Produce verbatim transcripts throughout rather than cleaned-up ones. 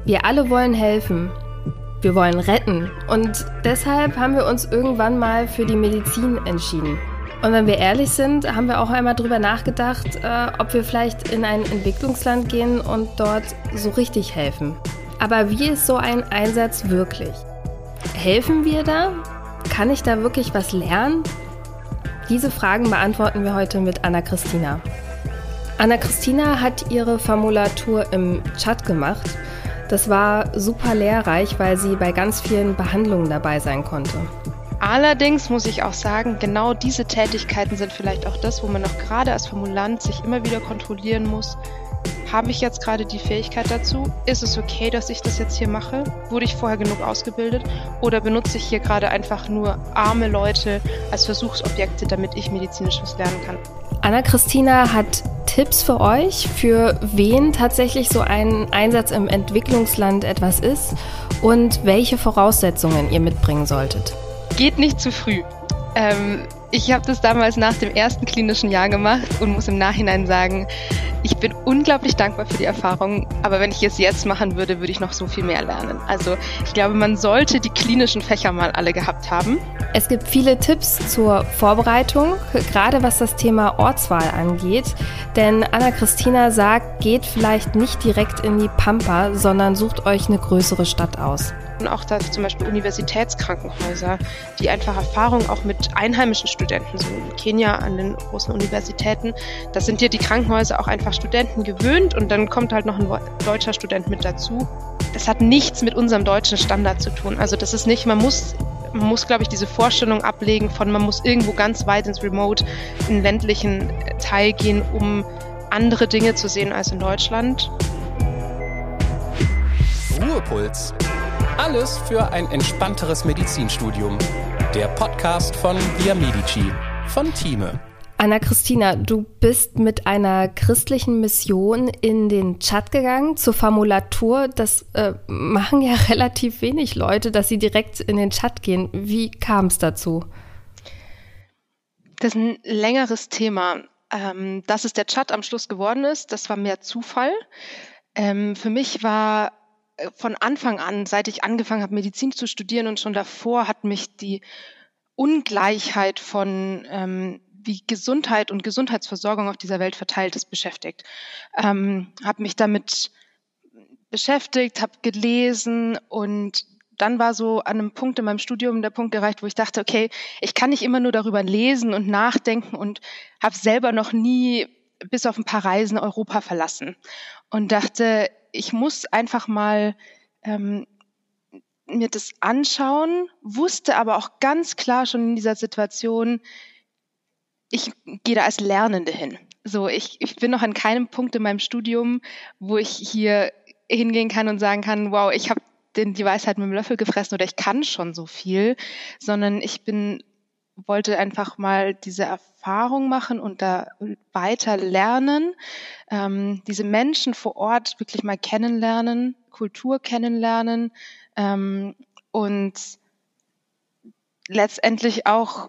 Wir alle wollen helfen. Wir wollen retten. Und deshalb haben wir uns irgendwann mal für die Medizin entschieden. Und wenn wir ehrlich sind, haben wir auch einmal drüber nachgedacht, äh, ob wir vielleicht in ein Entwicklungsland gehen und dort so richtig helfen. Aber wie ist so ein Einsatz wirklich? Helfen wir da? Kann ich da wirklich was lernen? Diese Fragen beantworten wir heute mit Anna-Christina. Anna-Christina hat ihre Formulatur im Tschad gemacht. Das war super lehrreich, weil sie bei ganz vielen Behandlungen dabei sein konnte. Allerdings muss ich auch sagen, genau diese Tätigkeiten sind vielleicht auch das, wo man noch gerade als Formulant sich immer wieder kontrollieren muss. Habe ich jetzt gerade die Fähigkeit dazu? Ist es okay, dass ich das jetzt hier mache? Wurde ich vorher genug ausgebildet? Oder benutze ich hier gerade einfach nur arme Leute als Versuchsobjekte, damit ich medizinisch was lernen kann? Anna-Christina hat Tipps für euch, für wen tatsächlich so ein Einsatz im Entwicklungsland etwas ist und welche Voraussetzungen ihr mitbringen solltet. Geht nicht zu früh. Ähm, ich habe das damals nach dem ersten klinischen Jahr gemacht und muss im Nachhinein sagen, ich bin unglaublich dankbar für die Erfahrung, aber wenn ich es jetzt machen würde, würde ich noch so viel mehr lernen. Also ich glaube, man sollte die klinischen Fächer mal alle gehabt haben. Es gibt viele Tipps zur Vorbereitung, gerade was das Thema Ortswahl angeht. Denn Anna-Christina sagt, geht vielleicht nicht direkt in die Pampa, sondern sucht euch eine größere Stadt aus. Und auch da zum Beispiel Universitätskrankenhäuser, die einfach Erfahrung auch mit einheimischen Studenten, so in Kenia an den großen Universitäten. Da sind dir die Krankenhäuser auch einfach Studenten gewöhnt und dann kommt halt noch ein deutscher Student mit dazu. Das hat nichts mit unserem deutschen Standard zu tun. Also das ist nicht, man muss, man muss, glaube ich, diese Vorstellung ablegen von, man muss irgendwo ganz weit ins Remote, in den ländlichen Teil gehen, um andere Dinge zu sehen als in Deutschland. Ruhepuls. Alles für ein entspannteres Medizinstudium. Der Podcast von Via Medici von Thieme. Anna-Christina, du bist mit einer christlichen Mission in den Tschad gegangen, zur Formulatur. Das äh, machen ja relativ wenig Leute, dass sie direkt in den Tschad gehen. Wie kam es dazu? Das ist ein längeres Thema. Ähm, dass es der Tschad am Schluss geworden ist, das war mehr Zufall. Ähm, für mich war von Anfang an, seit ich angefangen habe, Medizin zu studieren und schon davor, hat mich die Ungleichheit von ähm, wie Gesundheit und Gesundheitsversorgung auf dieser Welt verteilt ist, beschäftigt. Ähm, habe mich damit beschäftigt, habe gelesen und dann war so an einem Punkt in meinem Studium der Punkt erreicht, wo ich dachte, okay, ich kann nicht immer nur darüber lesen und nachdenken und habe selber noch nie bis auf ein paar Reisen Europa verlassen und dachte, ich muss einfach mal ähm, mir das anschauen, wusste aber auch ganz klar schon in dieser Situation, ich gehe da als Lernende hin. So, ich, ich bin noch an keinem Punkt in meinem Studium, wo ich hier hingehen kann und sagen kann, wow, ich habe die Weisheit mit dem Löffel gefressen oder ich kann schon so viel, sondern ich bin wollte einfach mal diese Erfahrung machen und da weiter lernen, ähm, diese Menschen vor Ort wirklich mal kennenlernen, Kultur kennenlernen ähm, und letztendlich auch,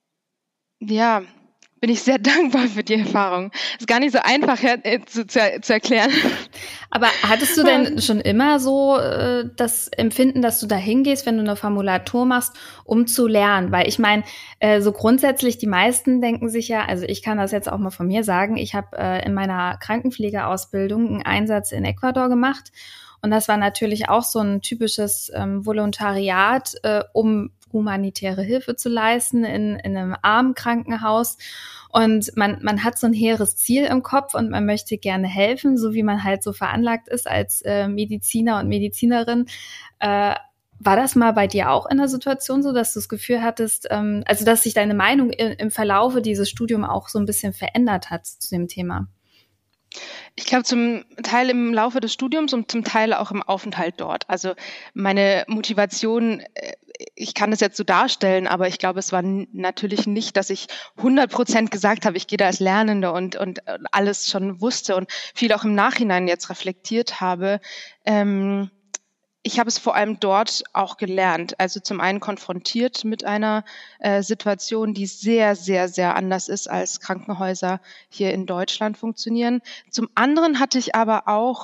ja, bin ich sehr dankbar für die Erfahrung. Ist gar nicht so einfach ja, zu, zu, zu erklären. Aber hattest du denn schon immer so äh, das Empfinden, dass du da hingehst, wenn du eine Formulatur machst, um zu lernen? Weil ich meine, äh, so grundsätzlich die meisten denken sich ja, also ich kann das jetzt auch mal von mir sagen, ich habe äh, in meiner Krankenpflegeausbildung einen Einsatz in Ecuador gemacht und das war natürlich auch so ein typisches ähm, Volontariat, äh, um humanitäre Hilfe zu leisten in, in einem armen Krankenhaus. Und man, man hat so ein hehres Ziel im Kopf und man möchte gerne helfen, so wie man halt so veranlagt ist als äh, Mediziner und Medizinerin. Äh, war das mal bei dir auch in der Situation so, dass du das Gefühl hattest, ähm, also dass sich deine Meinung in, im Verlaufe dieses Studiums auch so ein bisschen verändert hat zu dem Thema? Ich glaube, zum Teil im Laufe des Studiums und zum Teil auch im Aufenthalt dort. Also meine Motivation, ich kann das jetzt so darstellen, aber ich glaube, es war natürlich nicht, dass ich hundert Prozent gesagt habe, ich gehe da als Lernende und, und alles schon wusste und viel auch im Nachhinein jetzt reflektiert habe. Ähm, Ich habe es vor allem dort auch gelernt. Also zum einen konfrontiert mit einer äh, Situation, die sehr, sehr, sehr anders ist, als Krankenhäuser hier in Deutschland funktionieren. Zum anderen hatte ich aber auch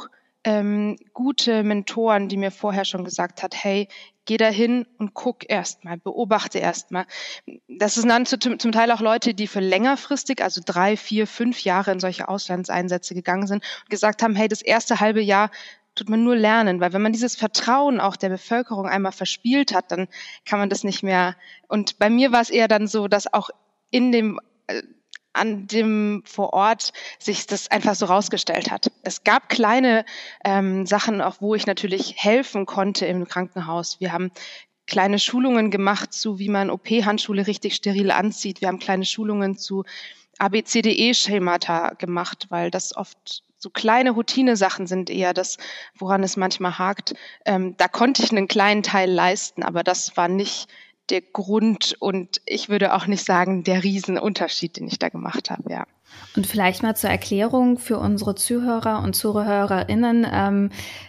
ähm, gute Mentoren, die mir vorher schon gesagt hat, hey, geh da hin und guck erstmal, beobachte erstmal. Das sind zum, zum Teil auch Leute, die für längerfristig, also drei, vier, fünf Jahre in solche Auslandseinsätze gegangen sind und gesagt haben, hey, das erste halbe Jahr tut man nur lernen, weil wenn man dieses Vertrauen auch der Bevölkerung einmal verspielt hat, dann kann man das nicht mehr. Und bei mir war es eher dann so, dass auch in dem äh, an dem vor Ort sich das einfach so rausgestellt hat. Es gab kleine ähm, Sachen, auch wo ich natürlich helfen konnte im Krankenhaus. Wir haben kleine Schulungen gemacht zu, wie man O P-Handschuhe richtig steril anzieht. Wir haben kleine Schulungen zu A B C D E-Schemata gemacht, weil das oft so kleine Routine-Sachen sind eher das, woran es manchmal hakt. Ähm, da konnte ich einen kleinen Teil leisten, aber das war nicht der Grund und ich würde auch nicht sagen, der Riesenunterschied, den ich da gemacht habe, ja. Und vielleicht mal zur Erklärung für unsere Zuhörer und ZuhörerInnen. Ähm,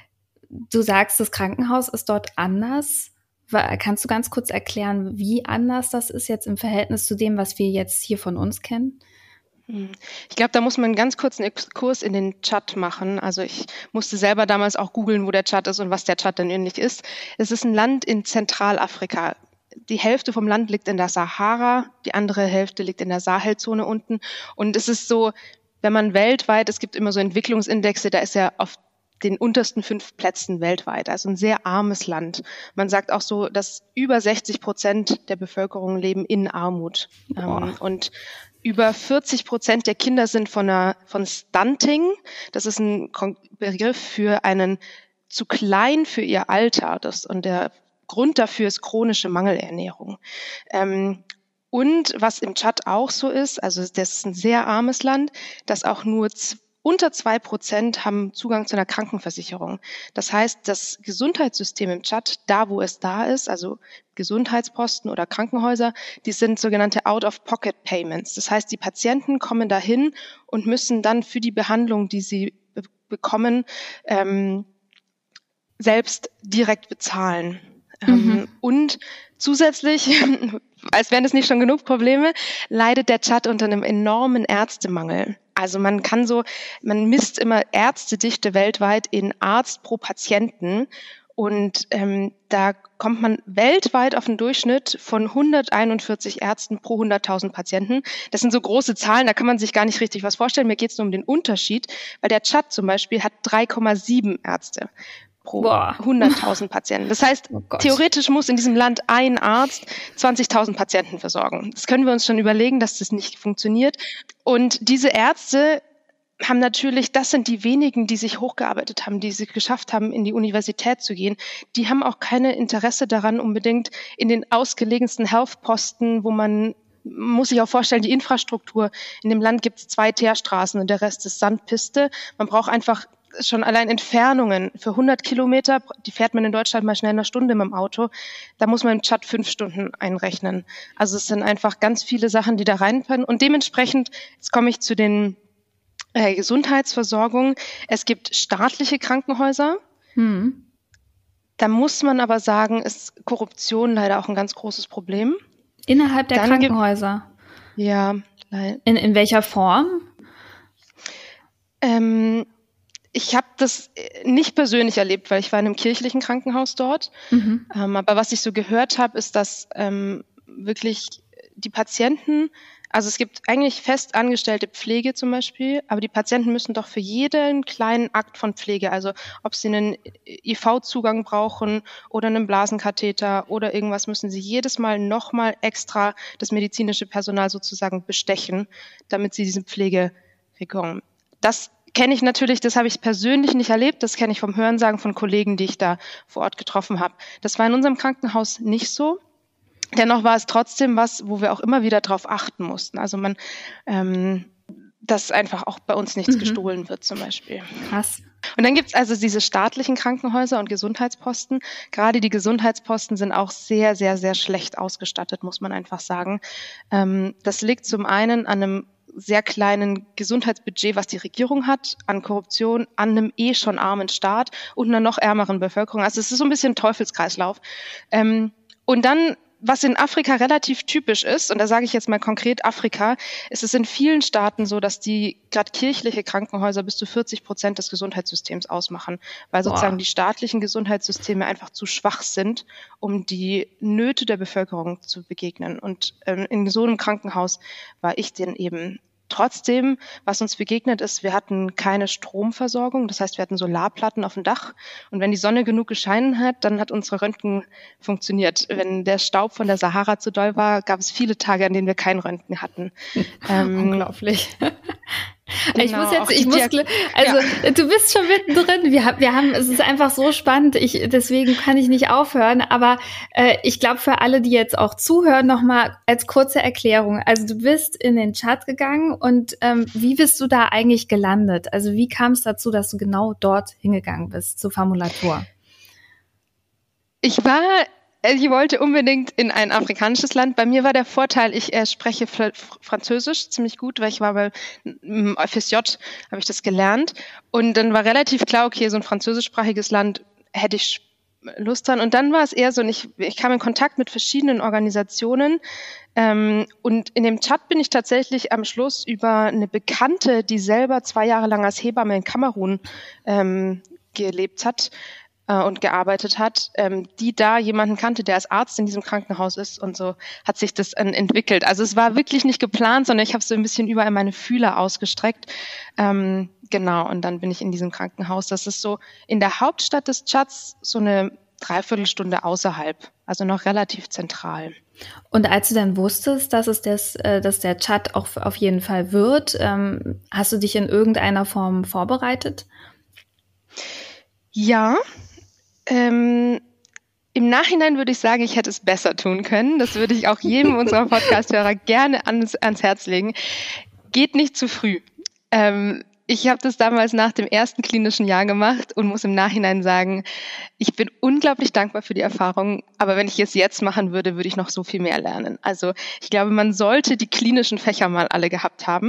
du sagst, das Krankenhaus ist dort anders. Kannst du ganz kurz erklären, wie anders das ist jetzt im Verhältnis zu dem, was wir jetzt hier von uns kennen? Ich glaube, da muss man einen ganz kurzen Exkurs in den Tschad machen. Also ich musste selber damals auch googeln, wo der Tschad ist und was der Tschad denn ähnlich ist. Es ist ein Land in Zentralafrika. Die Hälfte vom Land liegt in der Sahara, die andere Hälfte liegt in der Sahelzone unten. Und es ist so, wenn man weltweit, es gibt immer so Entwicklungsindexe, da ist er auf den untersten fünf Plätzen weltweit. Also ein sehr armes Land. Man sagt auch so, dass über sechzig Prozent der Bevölkerung leben in Armut. Ähm, und über vierzig Prozent der Kinder sind von, einer, von Stunting. Das ist ein Begriff für einen zu klein für ihr Alter. Das, und der Grund dafür ist chronische Mangelernährung. Ähm, und was im Tschad auch so ist, also das ist ein sehr armes Land, dass auch nur z- unter zwei Prozent haben Zugang zu einer Krankenversicherung. Das heißt, das Gesundheitssystem im Tschad, da wo es da ist, also Gesundheitsposten oder Krankenhäuser, die sind sogenannte Out-of-Pocket-Payments. Das heißt, die Patienten kommen dahin und müssen dann für die Behandlung, die sie be- bekommen, ähm, selbst direkt bezahlen. Mhm. Ähm, und zusätzlich, als wären es nicht schon genug Probleme, leidet der Tschad unter einem enormen Ärztemangel. Also man kann so, man misst immer Ärztedichte weltweit in Arzt pro Patienten. Und ähm, da kommt man weltweit auf einen Durchschnitt von hunderteinundvierzig Ärzten pro hunderttausend Patienten. Das sind so große Zahlen, da kann man sich gar nicht richtig was vorstellen. Mir geht es nur um den Unterschied, weil der Tschad zum Beispiel hat drei Komma sieben Ärzte pro Boah. hunderttausend Patienten. Das heißt, oh theoretisch muss in diesem Land ein Arzt zwanzigtausend Patienten versorgen. Das können wir uns schon überlegen, dass das nicht funktioniert. Und diese Ärzte haben natürlich, das sind die wenigen, die sich hochgearbeitet haben, die es geschafft haben, in die Universität zu gehen. Die haben auch keine Interesse daran, unbedingt in den ausgelegensten Health-Posten, wo man, muss sich auch vorstellen, die Infrastruktur. In dem Land gibt es zwei Teerstraßen und der Rest ist Sandpiste. Man braucht einfach schon allein Entfernungen für hundert Kilometer, die fährt man in Deutschland mal schnell in einer Stunde mit dem Auto. Da muss man im Tschad fünf Stunden einrechnen. Also es sind einfach ganz viele Sachen, die da reinfallen. Und dementsprechend, jetzt komme ich zu den äh, Gesundheitsversorgung. Es gibt staatliche Krankenhäuser. Hm. Da muss man aber sagen, ist Korruption leider auch ein ganz großes Problem. Innerhalb der Dann Krankenhäuser? Gibt, ja. Leider. In, in welcher Form? Ähm, Ich habe das nicht persönlich erlebt, weil ich war in einem kirchlichen Krankenhaus dort. Mhm. Ähm, aber was ich so gehört habe, ist, dass ähm, wirklich die Patienten, also es gibt eigentlich fest angestellte Pflege zum Beispiel, aber die Patienten müssen doch für jeden kleinen Akt von Pflege, also ob sie einen I V-Zugang brauchen oder einen Blasenkatheter oder irgendwas, müssen sie jedes Mal nochmal extra das medizinische Personal sozusagen bestechen, damit sie diese Pflege bekommen. Das kenne ich natürlich, das habe ich persönlich nicht erlebt, das kenne ich vom Hörensagen von Kollegen, die ich da vor Ort getroffen habe. Das war in unserem Krankenhaus nicht so. Dennoch war es trotzdem was, wo wir auch immer wieder drauf achten mussten. Also man, ähm, dass einfach auch bei uns nichts mhm. gestohlen wird zum Beispiel. Krass. Und dann gibt es also diese staatlichen Krankenhäuser und Gesundheitsposten. Gerade die Gesundheitsposten sind auch sehr, sehr, sehr schlecht ausgestattet, muss man einfach sagen. Ähm, das liegt zum einen an einem sehr kleinen Gesundheitsbudget, was die Regierung hat, an Korruption, an einem eh schon armen Staat und einer noch ärmeren Bevölkerung. Also es ist so ein bisschen ein Teufelskreislauf. Ähm, und dann was in Afrika relativ typisch ist, und da sage ich jetzt mal konkret Afrika, ist es in vielen Staaten so, dass die gerade kirchliche Krankenhäuser bis zu vierzig Prozent des Gesundheitssystems ausmachen, weil sozusagen Boah. die staatlichen Gesundheitssysteme einfach zu schwach sind, um die Nöte der Bevölkerung zu begegnen. Und ähm, in so einem Krankenhaus war ich denn eben. Trotzdem, was uns begegnet ist, wir hatten keine Stromversorgung. Das heißt, wir hatten Solarplatten auf dem Dach. Und wenn die Sonne genug geschienen hat, dann hat unsere Röntgen funktioniert. Wenn der Staub von der Sahara zu doll war, gab es viele Tage, an denen wir kein Röntgen hatten. ähm, Unglaublich. Ich Genau, muss jetzt, ich muss, Diag- also ja. du bist schon mittendrin. Wir haben, wir haben, es ist einfach so spannend. Ich, deswegen kann ich nicht aufhören. Aber äh, ich glaube, für alle, die jetzt auch zuhören, nochmal als kurze Erklärung. Also du bist in den Tschad gegangen und ähm, wie bist du da eigentlich gelandet? Also wie kam es dazu, dass du genau dort hingegangen bist zur Famulatur? Ich war Ich wollte unbedingt in ein afrikanisches Land. Bei mir war der Vorteil, ich äh, spreche Fl- Französisch ziemlich gut, weil ich war bei im F S J, habe ich das gelernt. Und dann war relativ klar, okay, so ein französischsprachiges Land hätte ich Lust dran. Und dann war es eher so, ich, ich kam in Kontakt mit verschiedenen Organisationen. Ähm, und in dem Tschad bin ich tatsächlich am Schluss über eine Bekannte, die selber zwei Jahre lang als Hebamme in Kamerun ähm, gelebt hat, und gearbeitet hat, ähm, die da jemanden kannte, der als Arzt in diesem Krankenhaus ist, und so hat sich das äh, entwickelt. Also es war wirklich nicht geplant, sondern ich habe so ein bisschen überall meine Fühler ausgestreckt. Ähm, genau, und dann bin ich in diesem Krankenhaus. Das ist so in der Hauptstadt des Tschads so eine Dreiviertelstunde außerhalb, also noch relativ zentral. Und als du dann wusstest, dass es das, äh, dass der Tschad auch auf jeden Fall wird, ähm, hast du dich in irgendeiner Form vorbereitet? Ja, Ähm, im Nachhinein würde ich sagen, ich hätte es besser tun können. Das würde ich auch jedem unserer Podcast-Hörer gerne ans, ans Herz legen. Geht nicht zu früh. Ähm, ich habe das damals nach dem ersten klinischen Jahr gemacht und muss im Nachhinein sagen, ich bin unglaublich dankbar für die Erfahrung. Aber wenn ich es jetzt machen würde, würde ich noch so viel mehr lernen. Also ich glaube, man sollte die klinischen Fächer mal alle gehabt haben.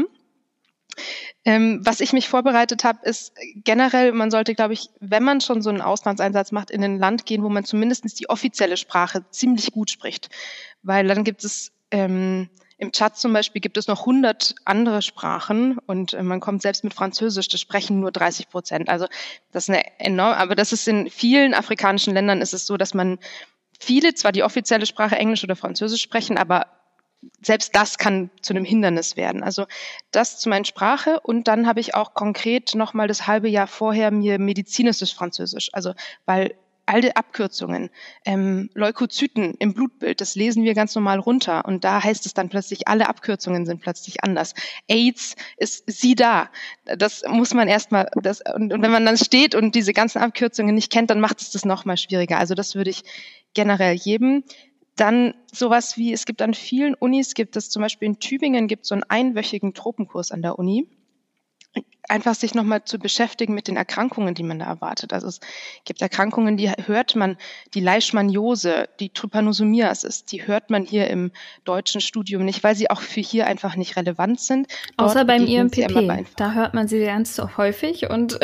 Ähm, was ich mich vorbereitet habe, ist generell, man sollte, glaube ich, wenn man schon so einen Auslandseinsatz macht, in ein Land gehen, wo man zumindest die offizielle Sprache ziemlich gut spricht. Weil dann gibt es, ähm, im Tschad zum Beispiel gibt es noch hundert andere Sprachen und äh, man kommt selbst mit Französisch, das sprechen nur dreißig Prozent. Also das ist eine enorm, aber das ist in vielen afrikanischen Ländern ist es so, dass man viele zwar die offizielle Sprache Englisch oder Französisch sprechen, aber selbst das kann zu einem Hindernis werden. Also das zu meiner Sprache, und dann habe ich auch konkret nochmal das halbe Jahr vorher mir medizinisches Französisch, also weil all die Abkürzungen, ähm, Leukozyten im Blutbild, das lesen wir ganz normal runter und da heißt es dann plötzlich, alle Abkürzungen sind plötzlich anders. AIDS ist SIDA. Das muss man erstmal, das, und, und wenn man dann steht und diese ganzen Abkürzungen nicht kennt, dann macht es das nochmal schwieriger. Also das würde ich generell jedem. Dann sowas wie, es gibt an vielen Unis, gibt es zum Beispiel in Tübingen, gibt es so einen einwöchigen Tropenkurs an der Uni. Einfach sich nochmal zu beschäftigen mit den Erkrankungen, die man da erwartet. Also es gibt Erkrankungen, die hört man, die Leishmaniose, die Trypanosomiasis, die hört man hier im deutschen Studium nicht, weil sie auch für hier einfach nicht relevant sind. Dort Außer beim I M P P P, da hört man sie ganz häufig und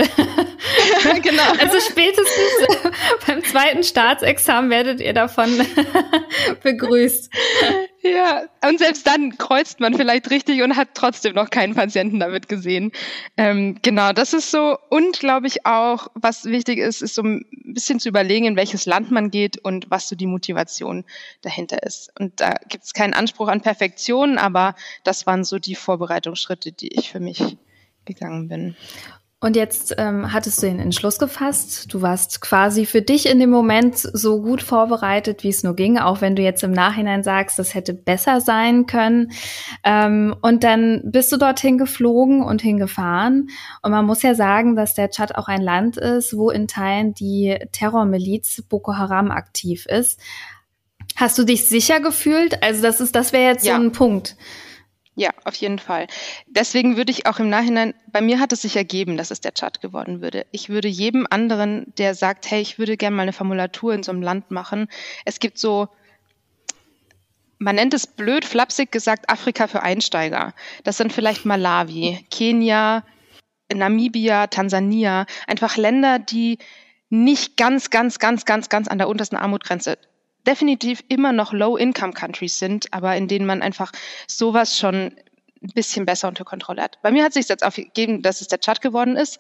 genau. Also spätestens beim zweiten Staatsexamen werdet ihr davon begrüßt. Ja, und selbst dann kreuzt man vielleicht richtig und hat trotzdem noch keinen Patienten damit gesehen. Ähm, genau, das ist so. Und glaube ich auch, was wichtig ist, ist so ein bisschen zu überlegen, in welches Land man geht und was so die Motivation dahinter ist. Und da gibt es keinen Anspruch an Perfektion, aber das waren so die Vorbereitungsschritte, die ich für mich gegangen bin. Und jetzt ähm, hattest du den Entschluss gefasst. Du warst quasi für dich in dem Moment so gut vorbereitet, wie es nur ging, auch wenn du jetzt im Nachhinein sagst, das hätte besser sein können. Ähm, und dann bist du dorthin geflogen und hingefahren. Und man muss ja sagen, dass der Tschad auch ein Land ist, wo in Teilen die Terrormiliz Boko Haram aktiv ist. Hast du dich sicher gefühlt? Also das ist, das wäre jetzt Ja. so ein Punkt. Ja, auf jeden Fall. Deswegen würde ich auch im Nachhinein, bei mir hat es sich ergeben, dass es der Tschad geworden würde. Ich würde jedem anderen, der sagt, hey, ich würde gerne mal eine Formulatur in so einem Land machen. Es gibt so, man nennt es blöd, flapsig gesagt, Afrika für Einsteiger. Das sind vielleicht Malawi, Kenia, Namibia, Tansania, einfach Länder, die nicht ganz, ganz, ganz, ganz, ganz an der untersten Armutsgrenze definitiv immer noch Low-Income-Countries sind, aber in denen man einfach sowas schon ein bisschen besser unter Kontrolle hat. Bei mir hat sich jetzt aufgegeben, dass es der Tschad geworden ist.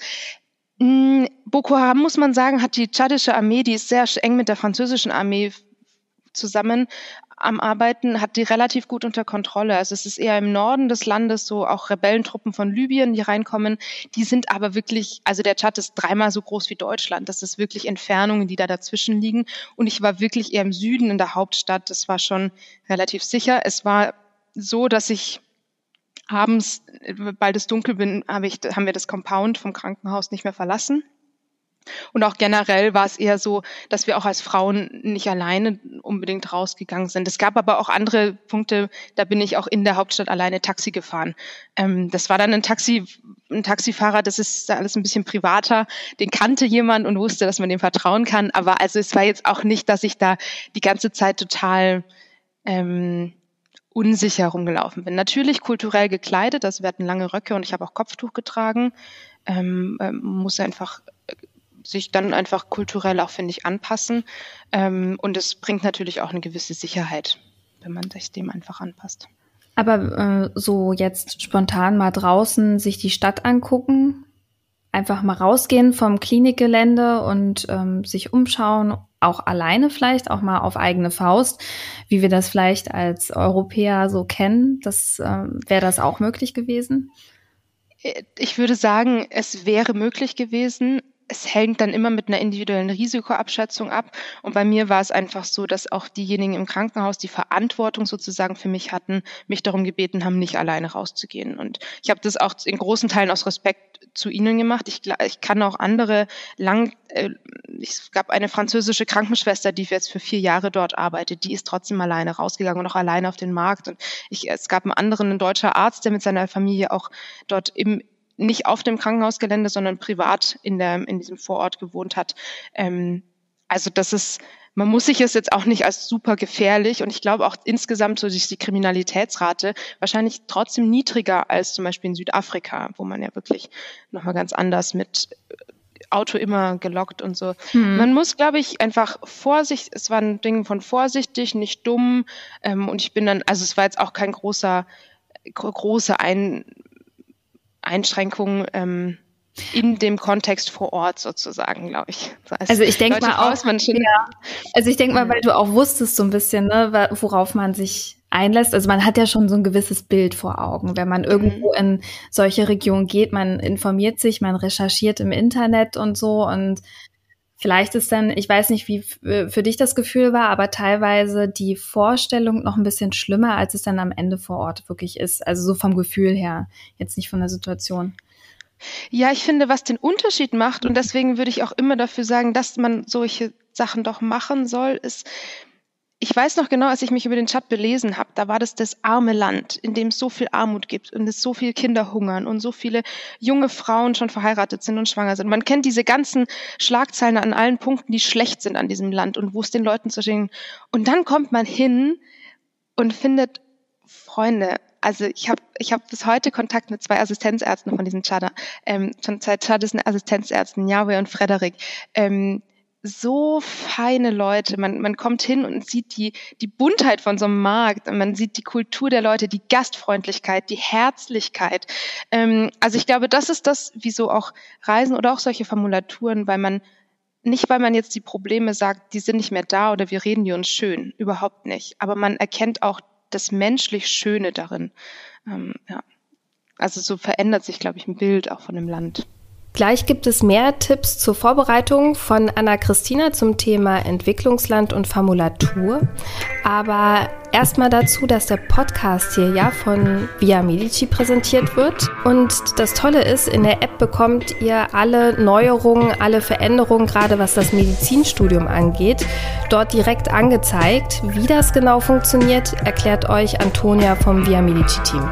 Boko Haram, muss man sagen, hat die tschadische Armee, die ist sehr eng mit der französischen Armee zusammen am Arbeiten, hat die relativ gut unter Kontrolle. Also es ist eher im Norden des Landes, so auch Rebellentruppen von Libyen, die reinkommen. Die sind aber wirklich, also der Tschad ist dreimal so groß wie Deutschland. Das ist wirklich Entfernungen, die da dazwischen liegen. Und ich war wirklich eher im Süden in der Hauptstadt. Das war schon relativ sicher. Es war so, dass ich abends, bald es dunkel bin, habe ich, haben wir das Compound vom Krankenhaus nicht mehr verlassen. Und auch generell war es eher so, dass wir auch als Frauen nicht alleine unbedingt rausgegangen sind. Es gab aber auch andere Punkte, da bin ich auch in der Hauptstadt alleine Taxi gefahren. Ähm, das war dann ein Taxi, ein Taxifahrer, das ist da alles ein bisschen privater. Den kannte jemand und wusste, dass man dem vertrauen kann. Aber also es war jetzt auch nicht, dass ich da die ganze Zeit total ähm, unsicher rumgelaufen bin. Natürlich kulturell gekleidet, also wir hatten lange Röcke und ich habe auch Kopftuch getragen. Ähm, ähm, muss einfach sich dann einfach kulturell auch, finde ich, anpassen. Ähm, und es bringt natürlich auch eine gewisse Sicherheit, wenn man sich dem einfach anpasst. Aber äh, so jetzt spontan mal draußen sich die Stadt angucken, einfach mal rausgehen vom Klinikgelände und ähm, sich umschauen, auch alleine vielleicht, auch mal auf eigene Faust, wie wir das vielleicht als Europäer so kennen. Das äh, wäre das auch möglich gewesen? Ich würde sagen, es wäre möglich gewesen. Es hängt dann immer mit einer individuellen Risikoabschätzung ab. Und bei mir war es einfach so, dass auch diejenigen im Krankenhaus die Verantwortung sozusagen für mich hatten, mich darum gebeten haben, nicht alleine rauszugehen. Und ich habe das auch in großen Teilen aus Respekt zu ihnen gemacht. Ich, ich kann auch andere lang, äh, es gab eine französische Krankenschwester, die jetzt für vier Jahre dort arbeitet, die ist trotzdem alleine rausgegangen und auch alleine auf den Markt. Und ich, es gab einen anderen, ein deutscher Arzt, der mit seiner Familie auch dort im nicht auf dem Krankenhausgelände, sondern privat in der in diesem Vorort gewohnt hat. Ähm, also das ist, man muss sich es jetzt auch nicht als super gefährlich, und ich glaube auch insgesamt so ist die Kriminalitätsrate wahrscheinlich trotzdem niedriger als zum Beispiel in Südafrika, wo man ja wirklich nochmal ganz anders mit Auto immer gelockt und so. Hm. Man muss, glaube ich, einfach Vorsicht, es war ein Ding von vorsichtig, nicht dumm, ähm, und ich bin dann, also es war jetzt auch kein großer, große Ein Einschränkungen ähm, in dem Kontext vor Ort sozusagen, glaube ich. Das heißt, also ich denke mal auch, man schon, ja, also ich denke mal, weil du auch wusstest so ein bisschen, ne, worauf man sich einlässt. Also man hat ja schon so ein gewisses Bild vor Augen, wenn man irgendwo in solche Regionen geht. Man informiert sich, man recherchiert im Internet und so, und vielleicht ist dann, ich weiß nicht, wie für dich das Gefühl war, aber teilweise die Vorstellung noch ein bisschen schlimmer, als es dann am Ende vor Ort wirklich ist. Also so vom Gefühl her, jetzt nicht von der Situation. Ja, ich finde, was den Unterschied macht, und deswegen würde ich auch immer dafür sagen, dass man solche Sachen doch machen soll, ist, ich weiß noch genau, als ich mich über den Tschad belesen habe, da war das das arme Land, in dem es so viel Armut gibt und es so viele Kinder hungern und so viele junge Frauen schon verheiratet sind und schwanger sind. Man kennt diese ganzen Schlagzeilen an allen Punkten, die schlecht sind an diesem Land und wo es den Leuten zu schicken. Und dann kommt man hin und findet Freunde. Also ich habe ich hab bis heute Kontakt mit zwei Assistenzärzten von diesen Tschader, ähm, von zwei tschadischen Assistenzärzten, Yahweh und Frederik. Ähm, so feine Leute. Man, man kommt hin und sieht die, die Buntheit von so einem Markt. Und man sieht die Kultur der Leute, die Gastfreundlichkeit, die Herzlichkeit. Ähm, also ich glaube, das ist das, wieso auch Reisen oder auch solche Formulaturen, weil man nicht, weil man jetzt die Probleme sagt, die sind nicht mehr da oder wir reden die uns schön. Überhaupt nicht. Aber man erkennt auch das menschlich Schöne darin. Ähm, ja. Also so verändert sich, glaube ich, ein Bild auch von dem Land. Gleich gibt es mehr Tipps zur Vorbereitung von Anna-Christina zum Thema Entwicklungsland und Formulatur. Aber erstmal dazu, dass der Podcast hier ja von Via Medici präsentiert wird. Und das Tolle ist, in der App bekommt ihr alle Neuerungen, alle Veränderungen, gerade was das Medizinstudium angeht, dort direkt angezeigt. Wie das genau funktioniert, erklärt euch Antonia vom Via Medici-Team.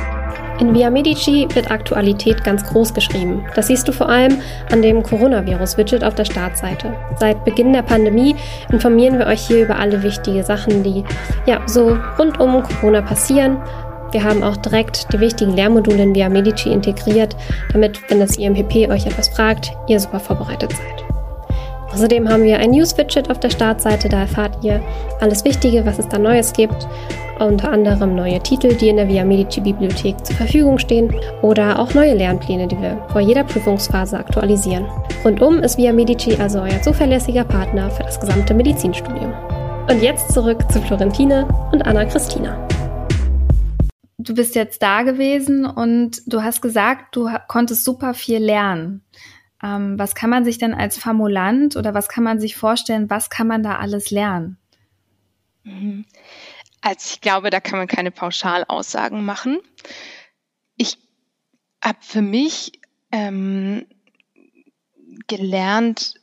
In Via Medici wird Aktualität ganz groß geschrieben. Das siehst du vor allem an dem Coronavirus-Widget auf der Startseite. Seit Beginn der Pandemie informieren wir euch hier über alle wichtigen Sachen, die ja so rund um Corona passieren. Wir haben auch direkt die wichtigen Lehrmodule in Via Medici integriert, damit, wenn das I M P P euch etwas fragt, ihr super vorbereitet seid. Außerdem haben wir ein News-Widget auf der Startseite, da erfahrt ihr alles Wichtige, was es da Neues gibt. Unter anderem neue Titel, die in der Via Medici Bibliothek zur Verfügung stehen oder auch neue Lernpläne, die wir vor jeder Prüfungsphase aktualisieren. Rundum ist Via Medici also euer zuverlässiger Partner für das gesamte Medizinstudium. Und jetzt zurück zu Florentine und Anna-Christina. Du bist jetzt da gewesen und du hast gesagt, du konntest super viel lernen. Ähm, was kann man sich denn als Formulant oder was kann man sich vorstellen, was kann man da alles lernen? Mhm. Also ich glaube, da kann man keine Pauschalaussagen machen. Ich habe für mich ähm, gelernt,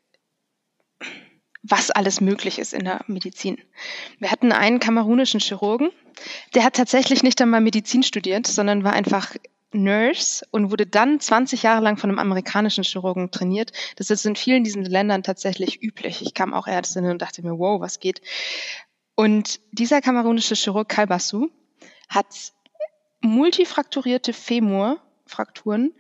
was alles möglich ist in der Medizin. Wir hatten einen kamerunischen Chirurgen, der hat tatsächlich nicht einmal Medizin studiert, sondern war einfach Nurse und wurde dann zwanzig Jahre lang von einem amerikanischen Chirurgen trainiert. Das ist in vielen diesen Ländern tatsächlich üblich. Ich kam auch erst hin und dachte mir, wow, was geht? Und dieser kamerunische Chirurg Kalbasu hat multifrakturierte Femurfrakturen,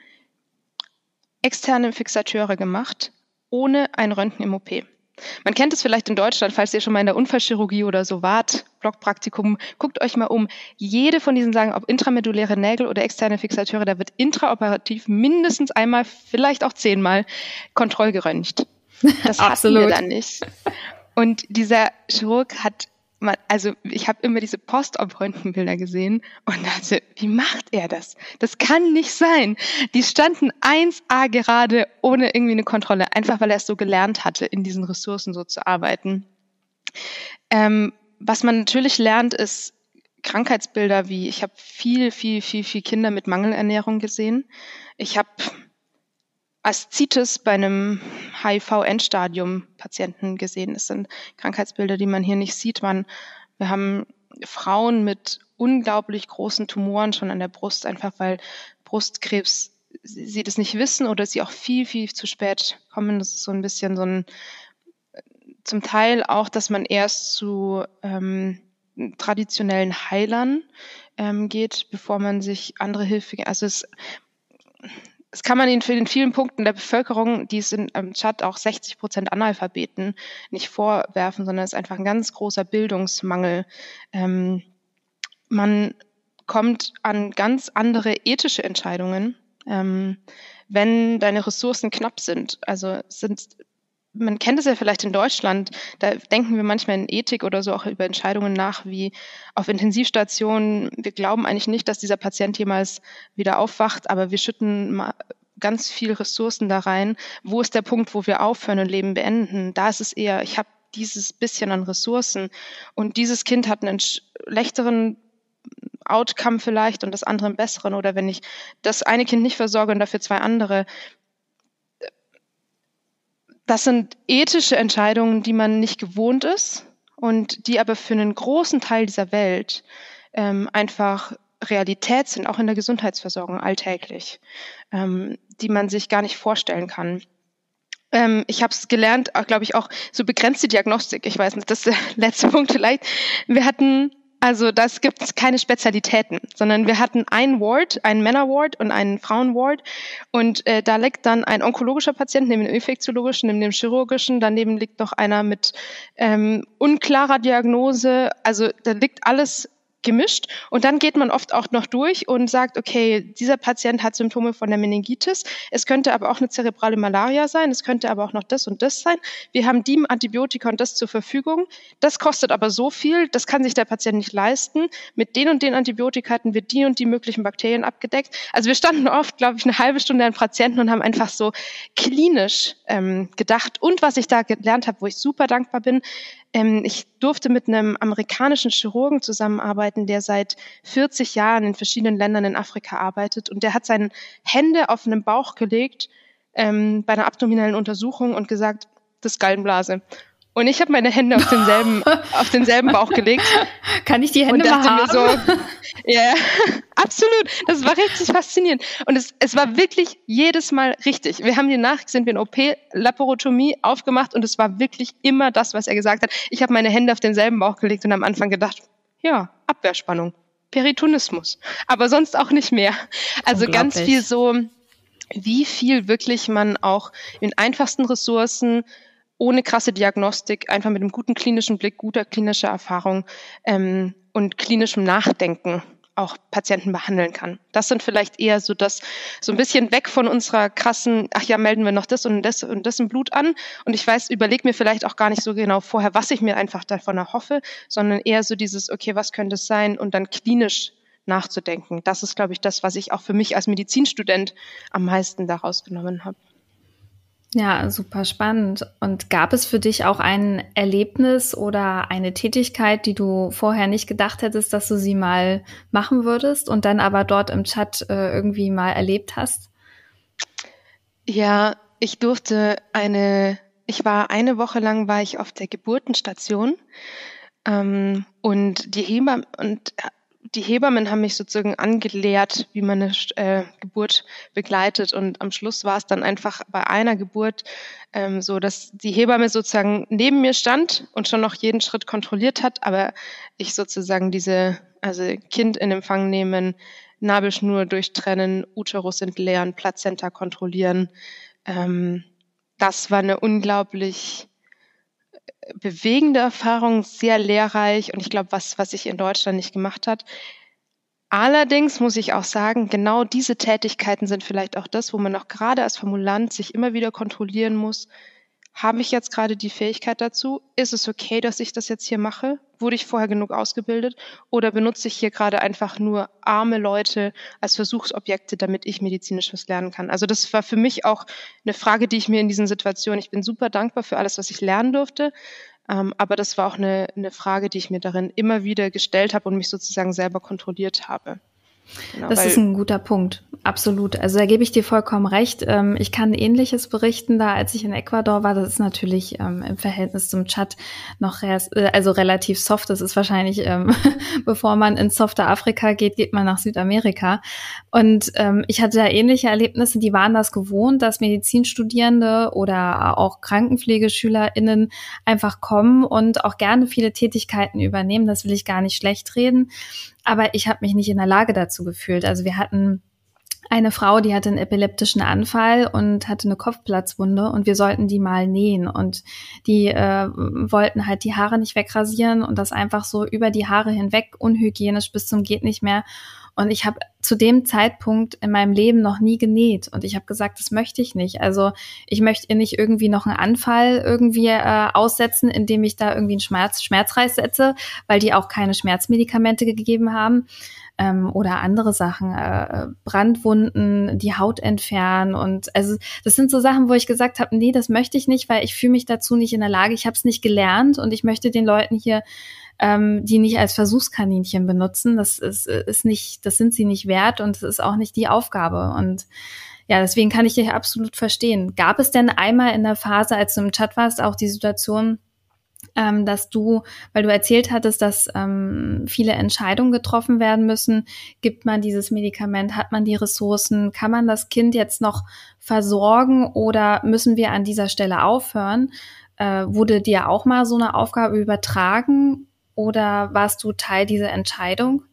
externe Fixateure gemacht, ohne ein Röntgen im O P. Man kennt es vielleicht in Deutschland, falls ihr schon mal in der Unfallchirurgie oder so wart, Blockpraktikum, guckt euch mal um. Jede von diesen sagen, ob intrameduläre Nägel oder externe Fixateure, da wird intraoperativ mindestens einmal, vielleicht auch zehnmal kontrollgeröntgt. Das hatten wir dann nicht. Und dieser Chirurg hat Also ich habe immer diese Post-Op-Röntgenbilder gesehen und dachte, wie macht er das? Das kann nicht sein. Die standen eins a gerade ohne irgendwie eine Kontrolle, einfach weil er es so gelernt hatte, in diesen Ressourcen so zu arbeiten. Ähm, was man natürlich lernt, ist Krankheitsbilder wie, ich habe viel, viel, viel, viel Kinder mit Mangelernährung gesehen. Ich habe Aszites bei einem H I V-Endstadium-Patienten gesehen. Das sind Krankheitsbilder, die man hier nicht sieht. Man, wir haben Frauen mit unglaublich großen Tumoren schon an der Brust, einfach weil Brustkrebs, sie das nicht wissen oder sie auch viel, viel zu spät kommen. Das ist so ein bisschen so ein, zum Teil auch, dass man erst zu ähm, traditionellen Heilern ähm, geht, bevor man sich andere Hilfe, also es Das kann man in vielen Punkten der Bevölkerung, die es in im Chat auch sechzig Prozent Analphabeten, nicht vorwerfen, sondern es ist einfach ein ganz großer Bildungsmangel. Ähm, man kommt an ganz andere ethische Entscheidungen, ähm, wenn deine Ressourcen knapp sind. Also sind man kennt es ja vielleicht in Deutschland, da denken wir manchmal in Ethik oder so auch über Entscheidungen nach, wie auf Intensivstationen. Wir glauben eigentlich nicht, dass dieser Patient jemals wieder aufwacht, aber wir schütten mal ganz viel Ressourcen da rein. Wo ist der Punkt, wo wir aufhören und Leben beenden? Da ist es eher, ich habe dieses bisschen an Ressourcen und dieses Kind hat einen schlechteren Outcome vielleicht und das andere einen besseren. Oder wenn ich das eine Kind nicht versorge und dafür zwei andere. Das sind ethische Entscheidungen, die man nicht gewohnt ist und die aber für einen großen Teil dieser Welt ähm, einfach Realität sind, auch in der Gesundheitsversorgung alltäglich, ähm, die man sich gar nicht vorstellen kann. Ähm, ich habe es gelernt, glaube ich, auch so begrenzte Diagnostik. Ich weiß nicht, das ist der letzte Punkt vielleicht. Wir hatten Also das gibt es keine Spezialitäten, sondern wir hatten einen Ward, einen Männerward und einen Frauenward und äh, da liegt dann ein onkologischer Patient neben dem infektiologischen, neben dem chirurgischen, daneben liegt noch einer mit ähm, unklarer Diagnose, also da liegt alles gemischt und dann geht man oft auch noch durch und sagt, okay, dieser Patient hat Symptome von der Meningitis, es könnte aber auch eine zerebrale Malaria sein, es könnte aber auch noch das und das sein. Wir haben die Antibiotika und das zur Verfügung, das kostet aber so viel, das kann sich der Patient nicht leisten. Mit den und den Antibiotika hatten wir die und die möglichen Bakterien abgedeckt. Also wir standen oft, glaube ich, eine halbe Stunde an Patienten und haben einfach so klinisch ähm, gedacht. Und was ich da gelernt habe, wo ich super dankbar bin, ähm, ich durfte mit einem amerikanischen Chirurgen zusammenarbeiten, der seit vierzig Jahren in verschiedenen Ländern in Afrika arbeitet. Und der hat seine Hände auf einen Bauch gelegt ähm, bei einer abdominellen Untersuchung und gesagt, das ist Gallenblase. Und ich habe meine Hände auf denselben, auf denselben Bauch gelegt. Kann ich die Hände mal haben? So, ja, absolut. Das war richtig faszinierend. Und es, es war wirklich jedes Mal richtig. Wir haben die Nachricht, sind wir in O P, Laparotomie aufgemacht und es war wirklich immer das, was er gesagt hat. Ich habe meine Hände auf denselben Bauch gelegt und am Anfang gedacht, ja, Abwehrspannung, Peritonismus, aber sonst auch nicht mehr. Also ganz viel so, wie viel wirklich man auch in einfachsten Ressourcen ohne krasse Diagnostik, einfach mit einem guten klinischen Blick, guter klinischer Erfahrung ähm, und klinischem Nachdenken auch Patienten behandeln kann. Das sind vielleicht eher so das, so ein bisschen weg von unserer krassen, ach ja, melden wir noch das und das und das im Blut an. Und ich weiß, überlege mir vielleicht auch gar nicht so genau vorher, was ich mir einfach davon erhoffe, sondern eher so dieses, okay, was könnte es sein? Und dann klinisch nachzudenken. Das ist, glaube ich, das, was ich auch für mich als Medizinstudent am meisten daraus genommen habe. Ja, super spannend. Und gab es für dich auch ein Erlebnis oder eine Tätigkeit, die du vorher nicht gedacht hättest, dass du sie mal machen würdest und dann aber dort im Chat äh, irgendwie mal erlebt hast? Ja, ich durfte eine, ich war eine Woche lang war ich auf der Geburtenstation ähm, und die Hebamme und Die Hebammen haben mich sozusagen angelehrt, wie man eine äh, Geburt begleitet. Und am Schluss war es dann einfach bei einer Geburt ähm, so, dass die Hebamme sozusagen neben mir stand und schon noch jeden Schritt kontrolliert hat, aber ich sozusagen diese, also Kind in Empfang nehmen, Nabelschnur durchtrennen, Uterus entleeren, Plazenta kontrollieren. Ähm, das war eine unglaublich bewegende Erfahrung, sehr lehrreich und ich glaube, was, was sich in Deutschland nicht gemacht hat. Allerdings muss ich auch sagen, genau diese Tätigkeiten sind vielleicht auch das, wo man auch gerade als Formulant sich immer wieder kontrollieren muss. Habe ich jetzt gerade die Fähigkeit dazu? Ist es okay, dass ich das jetzt hier mache? Wurde ich vorher genug ausgebildet? Oder benutze ich hier gerade einfach nur arme Leute als Versuchsobjekte, damit ich medizinisch was lernen kann? Also das war für mich auch eine Frage, die ich mir in diesen Situationen, ich bin super dankbar für alles, was ich lernen durfte, ähm, aber das war auch eine, eine Frage, die ich mir darin immer wieder gestellt habe und mich sozusagen selber kontrolliert habe. Genau, das ist ein guter Punkt, absolut. Also da gebe ich dir vollkommen recht. Ich kann Ähnliches berichten, da als ich in Ecuador war. Das ist natürlich ähm, im Verhältnis zum Chat noch res- also relativ soft. Das ist wahrscheinlich, ähm, bevor man ins softe Afrika geht, geht man nach Südamerika. Und ähm, ich hatte da ähnliche Erlebnisse, die waren das gewohnt, dass Medizinstudierende oder auch KrankenpflegeschülerInnen einfach kommen und auch gerne viele Tätigkeiten übernehmen. Das will ich gar nicht schlecht reden. Aber ich habe mich nicht in der Lage dazu gefühlt. Also wir hatten eine Frau, die hatte einen epileptischen Anfall und hatte eine Kopfplatzwunde und wir sollten die mal nähen. Und die äh, wollten halt die Haare nicht wegrasieren und das einfach so über die Haare hinweg, unhygienisch bis zum geht nicht mehr. Und ich habe zu dem Zeitpunkt in meinem Leben noch nie genäht. Und ich habe gesagt, das möchte ich nicht. Also ich möchte ihr nicht irgendwie noch einen Anfall irgendwie äh, aussetzen, indem ich da irgendwie einen Schmerz, Schmerzreiz setze, weil die auch keine Schmerzmedikamente gegeben haben. Ähm, oder andere Sachen, äh, Brandwunden, die Haut entfernen. Und also das sind so Sachen, wo ich gesagt habe, nee, das möchte ich nicht, weil ich fühle mich dazu nicht in der Lage. Ich habe es nicht gelernt und ich möchte den Leuten hier ähm, die nicht als Versuchskaninchen benutzen. Das ist, ist nicht, das sind sie nicht wert und es ist auch nicht die Aufgabe. Und ja, deswegen kann ich dich absolut verstehen. Gab es denn einmal in der Phase, als du im Chat warst, auch die Situation, ähm, dass du, weil du erzählt hattest, dass ähm, viele Entscheidungen getroffen werden müssen, gibt man dieses Medikament, hat man die Ressourcen, kann man das Kind jetzt noch versorgen oder müssen wir an dieser Stelle aufhören? Äh, wurde dir auch mal so eine Aufgabe übertragen oder warst du Teil dieser Entscheidung?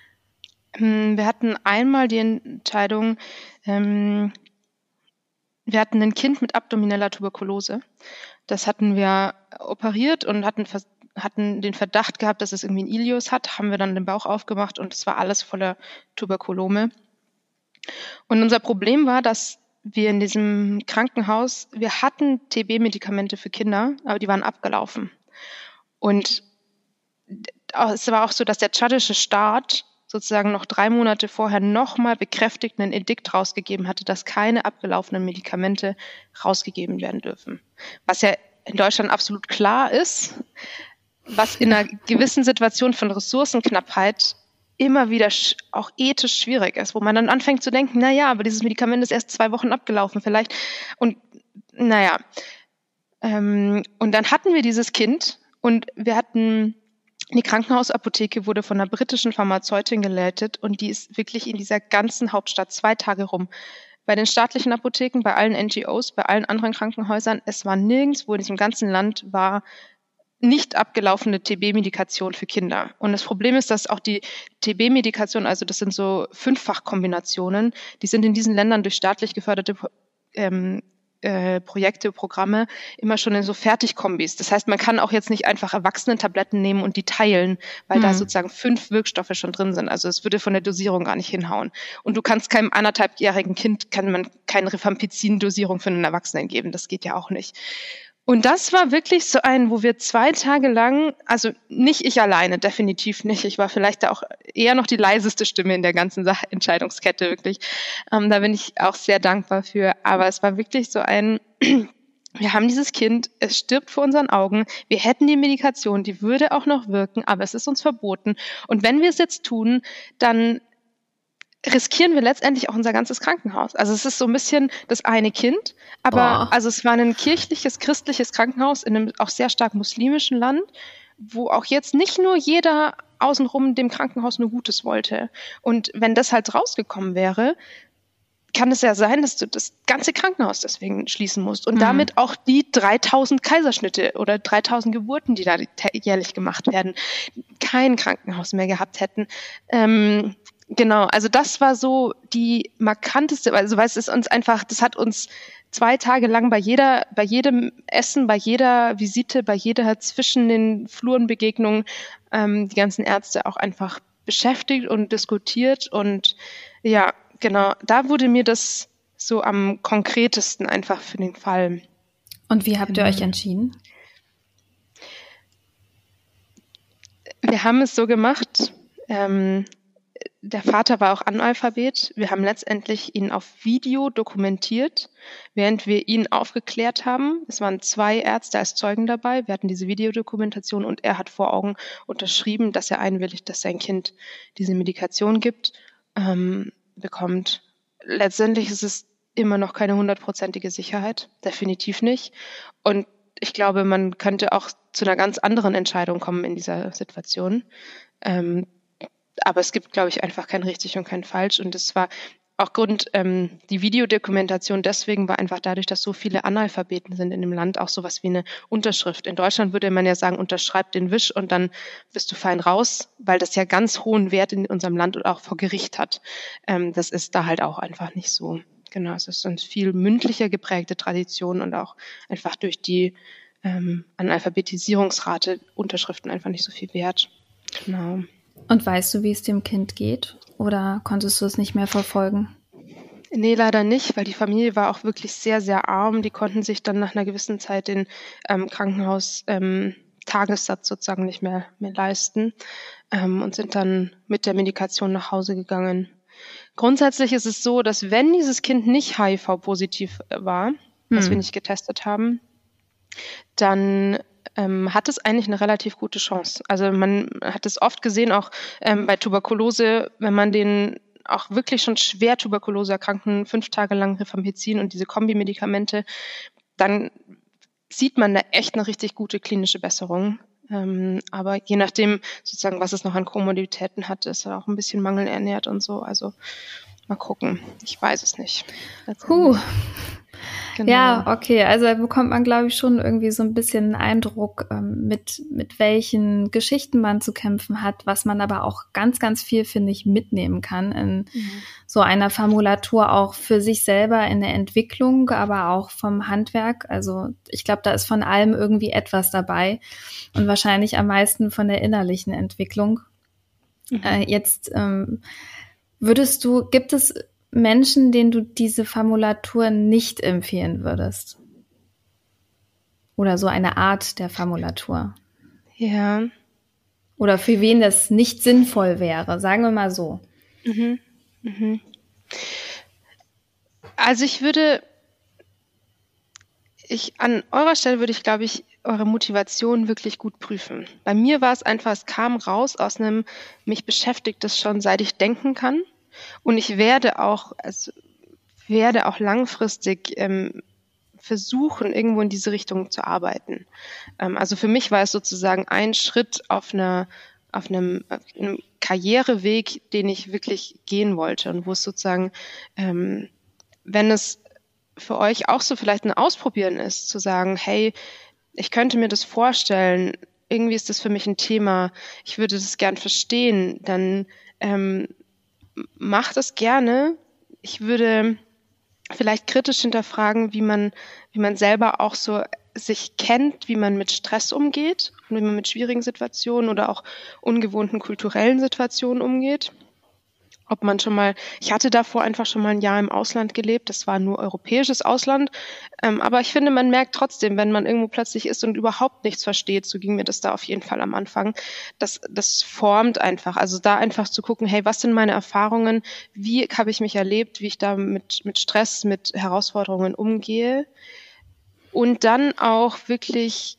Wir hatten einmal die Entscheidung, ähm, wir hatten ein Kind mit abdomineller Tuberkulose. Das hatten wir operiert und hatten, hatten den Verdacht gehabt, dass es irgendwie ein Ileus hat. Haben wir dann den Bauch aufgemacht und es war alles voller Tuberkulome. Und unser Problem war, dass wir in diesem Krankenhaus, wir hatten T B-Medikamente für Kinder, aber die waren abgelaufen. Und es war auch so, dass der tschadische Staat sozusagen noch drei Monate vorher nochmal bekräftigt einen Edikt rausgegeben hatte, dass keine abgelaufenen Medikamente rausgegeben werden dürfen. Was ja in Deutschland absolut klar ist, was in einer gewissen Situation von Ressourcenknappheit immer wieder auch ethisch schwierig ist, wo man dann anfängt zu denken, na ja, aber dieses Medikament ist erst zwei Wochen abgelaufen vielleicht. Und naja, ähm, und dann hatten wir dieses Kind und wir hatten die Krankenhausapotheke wurde von einer britischen Pharmazeutin geleitet und die ist wirklich in dieser ganzen Hauptstadt zwei Tage rum. Bei den staatlichen Apotheken, bei allen N G Os, bei allen anderen Krankenhäusern, es war nirgendwo in diesem ganzen Land war nicht abgelaufene T B-Medikation für Kinder. Und das Problem ist, dass auch die T B-Medikation, also das sind so Fünffachkombinationen, die sind in diesen Ländern durch staatlich geförderte ähm, äh, Projekte, Programme immer schon in so Fertigkombis. Das heißt, man kann auch jetzt nicht einfach Erwachsenentabletten nehmen und die teilen, weil mhm. da sozusagen fünf Wirkstoffe schon drin sind. Also es würde von der Dosierung gar nicht hinhauen. Und du kannst keinem anderthalbjährigen Kind, kann man keine Rifampicin-Dosierung für einen Erwachsenen geben. Das geht ja auch nicht. Und das war wirklich so ein, wo wir zwei Tage lang, also nicht ich alleine, definitiv nicht. Ich war vielleicht da auch eher noch die leiseste Stimme in der ganzen Sach- Entscheidungskette, wirklich. Ähm, da bin ich auch sehr dankbar für. Aber es war wirklich so ein, wir haben dieses Kind, es stirbt vor unseren Augen. Wir hätten die Medikation, die würde auch noch wirken, aber es ist uns verboten. Und wenn wir es jetzt tun, dann riskieren wir letztendlich auch unser ganzes Krankenhaus. Also es ist so ein bisschen das eine Kind, aber Boah. also es war ein kirchliches, christliches Krankenhaus in einem auch sehr stark muslimischen Land, wo auch jetzt nicht nur jeder außenrum dem Krankenhaus nur Gutes wollte. Und wenn das halt rausgekommen wäre, kann es ja sein, dass du das ganze Krankenhaus deswegen schließen musst und mhm. damit auch die dreitausend Kaiserschnitte oder dreitausend Geburten, die da jährlich gemacht werden, kein Krankenhaus mehr gehabt hätten. Ähm, Genau, also das war so die markanteste, also weil es ist uns einfach, das hat uns zwei Tage lang bei jeder, bei jedem Essen, bei jeder Visite, bei jeder zwischen den Flurenbegegnungen ähm, die ganzen Ärzte auch einfach beschäftigt und diskutiert und ja, genau, da wurde mir das so am konkretesten einfach für den Fall. Und wie habt ihr euch entschieden? Wir haben es so gemacht, ähm, der Vater war auch Analphabet. Wir haben letztendlich ihn auf Video dokumentiert, während wir ihn aufgeklärt haben. Es waren zwei Ärzte als Zeugen dabei. Wir hatten diese Videodokumentation und er hat vor Augen unterschrieben, dass er einwilligt, dass sein Kind diese Medikation gibt, ähm, bekommt. Letztendlich ist es immer noch keine hundertprozentige Sicherheit, definitiv nicht. Und ich glaube, man könnte auch zu einer ganz anderen Entscheidung kommen in dieser Situation. Ähm, Aber es gibt, glaube ich, einfach kein richtig und kein falsch. Und es war auch Grund, ähm, die Videodokumentation deswegen war einfach dadurch, dass so viele Analphabeten sind in dem Land, auch sowas wie eine Unterschrift. In Deutschland würde man ja sagen, unterschreib den Wisch und dann bist du fein raus, weil das ja ganz hohen Wert in unserem Land und auch vor Gericht hat. Ähm, das ist da halt auch einfach nicht so. Genau, es ist eine viel mündlicher geprägte Tradition und auch einfach durch die ähm, Analphabetisierungsrate Unterschriften einfach nicht so viel wert. Genau. Und weißt du, wie es dem Kind geht? Oder konntest du es nicht mehr verfolgen? Nee, leider nicht, weil die Familie war auch wirklich sehr, sehr arm. Die konnten sich dann nach einer gewissen Zeit den ähm, Krankenhaus-Tagessatz ähm, sozusagen nicht mehr, mehr leisten ähm, und sind dann mit der Medikation nach Hause gegangen. Grundsätzlich ist es so, dass wenn dieses Kind nicht H I V-positiv war, hm. was wir nicht getestet haben, dann ähm, hat es eigentlich eine relativ gute Chance. Also man hat es oft gesehen, auch ähm, bei Tuberkulose, wenn man den auch wirklich schon schwer Tuberkulose erkrankten, fünf Tage lang Rifampicin und diese Kombimedikamente, dann sieht man da echt eine richtig gute klinische Besserung. Ähm, aber je nachdem, sozusagen, was es noch an Komorbiditäten hat, ist er auch ein bisschen mangelernährt und so. Also mal gucken. Ich weiß es nicht. Puh. Genau. Ja, okay. Also da bekommt man, glaube ich, schon irgendwie so ein bisschen einen Eindruck, ähm, mit, mit welchen Geschichten man zu kämpfen hat, was man aber auch ganz, ganz viel, finde ich, mitnehmen kann in mhm. so einer Formulatur auch für sich selber in der Entwicklung, aber auch vom Handwerk. Also ich glaube, da ist von allem irgendwie etwas dabei und wahrscheinlich am meisten von der innerlichen Entwicklung. Mhm. Äh, jetzt ähm, würdest du, gibt es Menschen, denen du diese Formulatur nicht empfehlen würdest? Oder so eine Art der Formulatur? Ja. Oder für wen das nicht sinnvoll wäre, sagen wir mal so. Mhm. Mhm. Also ich würde, ich an eurer Stelle würde ich, glaube ich, eure Motivation wirklich gut prüfen. Bei mir war es einfach, es kam raus aus einem, mich beschäftigt das schon, seit ich denken kann. Und ich werde auch, also werde auch langfristig ähm, versuchen, irgendwo in diese Richtung zu arbeiten. Ähm, also für mich war es sozusagen ein Schritt auf einer, auf einem, auf einem Karriereweg, den ich wirklich gehen wollte und wo es sozusagen, ähm, wenn es für euch auch so vielleicht ein Ausprobieren ist, zu sagen, hey, ich könnte mir das vorstellen, irgendwie ist das für mich ein Thema, ich würde das gern verstehen, dann ähm, mach das gerne. Ich würde, vielleicht kritisch hinterfragen, wie man, wie man selber auch so sich kennt, wie man mit Stress umgeht und wie man mit schwierigen Situationen oder auch ungewohnten kulturellen Situationen umgeht. Ob man schon mal, ich hatte davor einfach schon mal ein Jahr im Ausland gelebt, das war nur europäisches Ausland, ähm, aber ich finde, man merkt trotzdem, wenn man irgendwo plötzlich ist und überhaupt nichts versteht, so ging mir das da auf jeden Fall am Anfang, das, das formt einfach, also da einfach zu gucken, hey, was sind meine Erfahrungen, wie habe ich mich erlebt, wie ich da mit, mit Stress, mit Herausforderungen umgehe und dann auch wirklich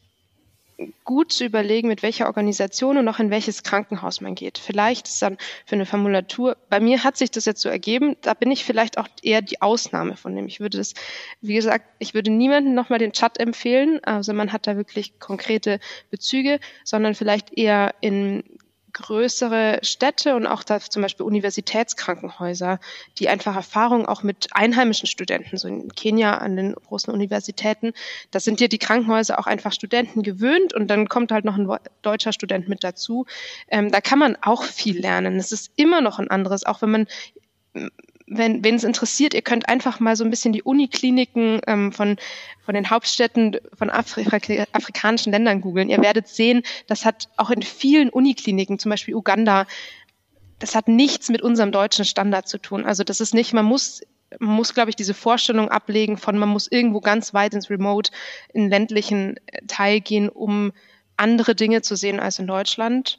gut zu überlegen, mit welcher Organisation und auch in welches Krankenhaus man geht. Vielleicht ist dann für eine Formulatur, bei mir hat sich das jetzt so ergeben, da bin ich vielleicht auch eher die Ausnahme von dem. Ich würde das, wie gesagt, ich würde niemandem nochmal den Chat empfehlen, also man hat da wirklich konkrete Bezüge, sondern vielleicht eher in größere Städte und auch da zum Beispiel Universitätskrankenhäuser, die einfach Erfahrung auch mit einheimischen Studenten, so in Kenia an den großen Universitäten, da sind ja die Krankenhäuser auch einfach Studenten gewöhnt und dann kommt halt noch ein deutscher Student mit dazu. Ähm, da kann man auch viel lernen. Es ist immer noch ein anderes, auch wenn man Wenn, wenn es interessiert, ihr könnt einfach mal so ein bisschen die Unikliniken ähm, von, von den Hauptstädten von Afri- afrikanischen Ländern googeln. Ihr werdet sehen, das hat auch in vielen Unikliniken, zum Beispiel Uganda, das hat nichts mit unserem deutschen Standard zu tun. Also das ist nicht, man muss, man muss, glaube ich, diese Vorstellung ablegen von, man muss irgendwo ganz weit ins Remote, in den ländlichen Teil gehen, um andere Dinge zu sehen als in Deutschland.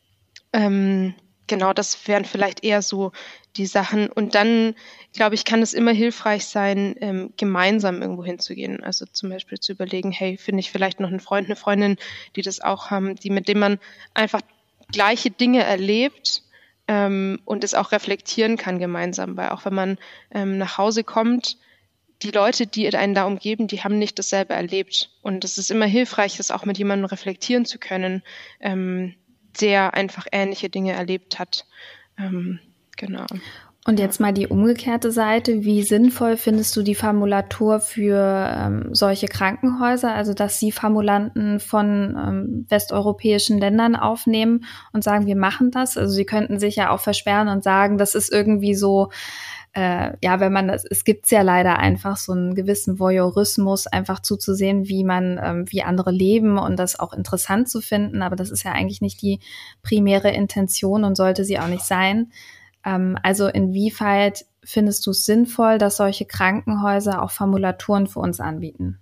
Ähm, Genau, das wären vielleicht eher so die Sachen. Und dann, glaube ich, kann es immer hilfreich sein, ähm, gemeinsam irgendwo hinzugehen. Also zum Beispiel zu überlegen, hey, finde ich vielleicht noch einen Freund, eine Freundin, die das auch haben, die mit dem man einfach gleiche Dinge erlebt ähm, und es auch reflektieren kann gemeinsam. Weil auch wenn man ähm, nach Hause kommt, die Leute, die einen da umgeben, die haben nicht dasselbe erlebt. Und es ist immer hilfreich, das auch mit jemandem reflektieren zu können, ähm, der einfach ähnliche Dinge erlebt hat. Ähm, genau. Und jetzt mal die umgekehrte Seite. Wie sinnvoll findest du die Formulatur für ähm, solche Krankenhäuser? Also, dass sie Formulanten von ähm, westeuropäischen Ländern aufnehmen und sagen, wir machen das. Also, sie könnten sich ja auch versperren und sagen, das ist irgendwie so, Äh, ja, wenn man das, es gibt's ja leider einfach so einen gewissen Voyeurismus, einfach zuzusehen, wie man, ähm, wie andere leben und das auch interessant zu finden, aber das ist ja eigentlich nicht die primäre Intention und sollte sie auch nicht sein. Ähm, also inwieweit findest du es sinnvoll, dass solche Krankenhäuser auch Formulaturen für uns anbieten?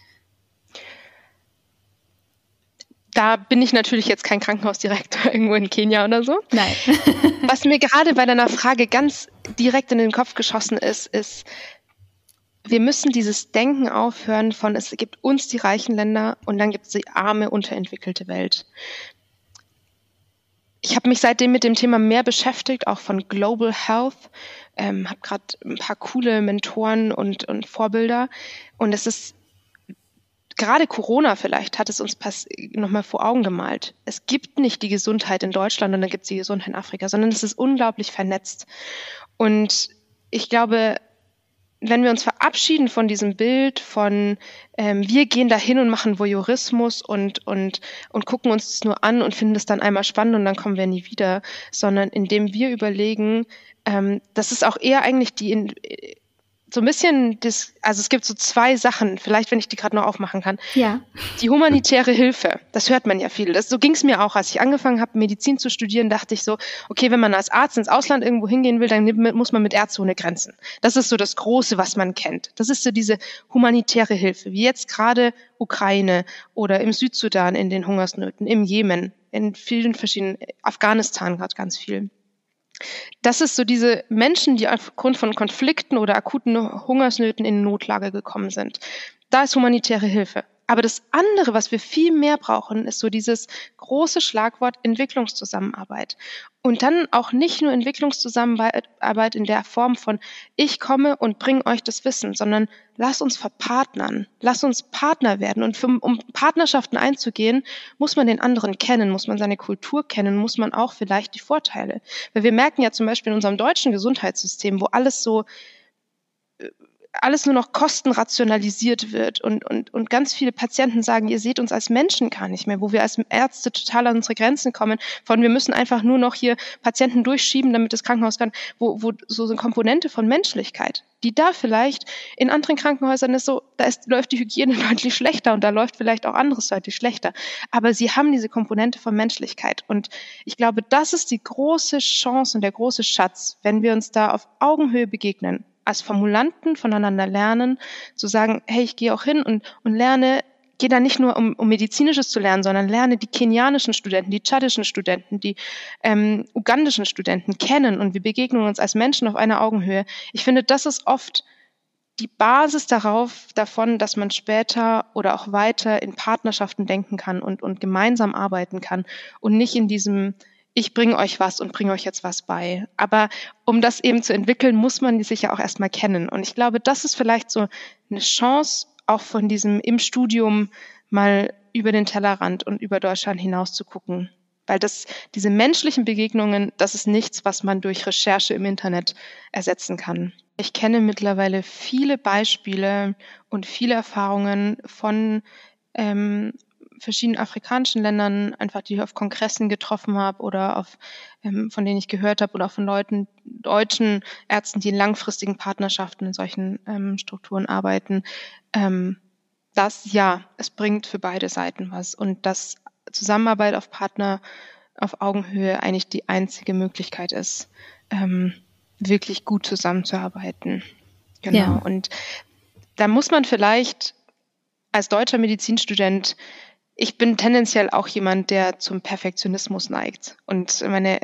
Da bin ich natürlich jetzt kein Krankenhausdirektor irgendwo in Kenia oder so. Nein. Was mir gerade bei deiner Frage ganz direkt in den Kopf geschossen ist, ist, wir müssen dieses Denken aufhören von, es gibt uns die reichen Länder und dann gibt es die arme, unterentwickelte Welt. Ich habe mich seitdem mit dem Thema mehr beschäftigt, auch von Global Health, ähm, habe gerade ein paar coole Mentoren und, und Vorbilder und es ist gerade Corona vielleicht hat es uns nochmal vor Augen gemalt. Es gibt nicht die Gesundheit in Deutschland und dann gibt es die Gesundheit in Afrika, sondern es ist unglaublich vernetzt. Und ich glaube, wenn wir uns verabschieden von diesem Bild von ähm, wir gehen dahin und machen Voyeurismus und, und, und gucken uns das nur an und finden es dann einmal spannend und dann kommen wir nie wieder, sondern indem wir überlegen, ähm, das ist auch eher eigentlich die in, so ein bisschen, das, also es gibt so zwei Sachen, vielleicht wenn ich die gerade noch aufmachen kann. Ja. Die humanitäre Hilfe, das hört man ja viel. Das, so ging es mir auch, als ich angefangen habe, Medizin zu studieren, dachte ich so, okay, wenn man als Arzt ins Ausland irgendwo hingehen will, dann muss man mit Ärzte ohne Grenzen. Das ist so das Große, was man kennt. Das ist so diese humanitäre Hilfe, wie jetzt gerade Ukraine oder im Südsudan in den Hungersnöten, im Jemen, in vielen verschiedenen, Afghanistan gerade ganz viel. Das ist so diese Menschen, die aufgrund von Konflikten oder akuten Hungersnöten in Notlage gekommen sind. Da ist humanitäre Hilfe. Aber das andere, was wir viel mehr brauchen, ist so dieses große Schlagwort Entwicklungszusammenarbeit. Und dann auch nicht nur Entwicklungszusammenarbeit in der Form von ich komme und bringe euch das Wissen, sondern lasst uns verpartnern, lasst uns Partner werden. Und für, um Partnerschaften einzugehen, muss man den anderen kennen, muss man seine Kultur kennen, muss man auch vielleicht die Vorteile. Weil wir merken ja zum Beispiel in unserem deutschen Gesundheitssystem, wo alles so alles nur noch kostenrationalisiert wird und, und, und ganz viele Patienten sagen, ihr seht uns als Menschen gar nicht mehr, wo wir als Ärzte total an unsere Grenzen kommen, von wir müssen einfach nur noch hier Patienten durchschieben, damit das Krankenhaus kann, wo, wo so eine Komponente von Menschlichkeit, die da vielleicht in anderen Krankenhäusern ist so, da ist, läuft die Hygiene deutlich schlechter und da läuft vielleicht auch anderes deutlich schlechter, aber sie haben diese Komponente von Menschlichkeit und ich glaube, das ist die große Chance und der große Schatz, wenn wir uns da auf Augenhöhe begegnen, als Formulanten voneinander lernen, zu sagen, hey, ich gehe auch hin und, und lerne, gehe da nicht nur um, um Medizinisches zu lernen, sondern lerne die kenianischen Studenten, die tschadischen Studenten, die ähm, ugandischen Studenten kennen und wir begegnen uns als Menschen auf einer Augenhöhe. Ich finde, das ist oft die Basis darauf, davon, dass man später oder auch weiter in Partnerschaften denken kann und, und gemeinsam arbeiten kann und nicht in diesem ich bringe euch was und bringe euch jetzt was bei. Aber um das eben zu entwickeln, muss man die sich ja auch erstmal kennen. Und ich glaube, das ist vielleicht so eine Chance, auch von diesem im Studium mal über den Tellerrand und über Deutschland hinaus zu gucken. Weil das, diese menschlichen Begegnungen, das ist nichts, was man durch Recherche im Internet ersetzen kann. Ich kenne mittlerweile viele Beispiele und viele Erfahrungen von ähm, verschiedenen afrikanischen Ländern, einfach die ich auf Kongressen getroffen habe oder auf, ähm, von denen ich gehört habe oder auch von Leuten, deutschen Ärzten, die in langfristigen Partnerschaften in solchen ähm, Strukturen arbeiten, ähm, dass ja, es bringt für beide Seiten was und dass Zusammenarbeit auf Partner auf Augenhöhe eigentlich die einzige Möglichkeit ist, ähm, wirklich gut zusammenzuarbeiten. Genau. Ja. Und da muss man vielleicht als deutscher Medizinstudent, ich bin tendenziell auch jemand, der zum Perfektionismus neigt. Und meine,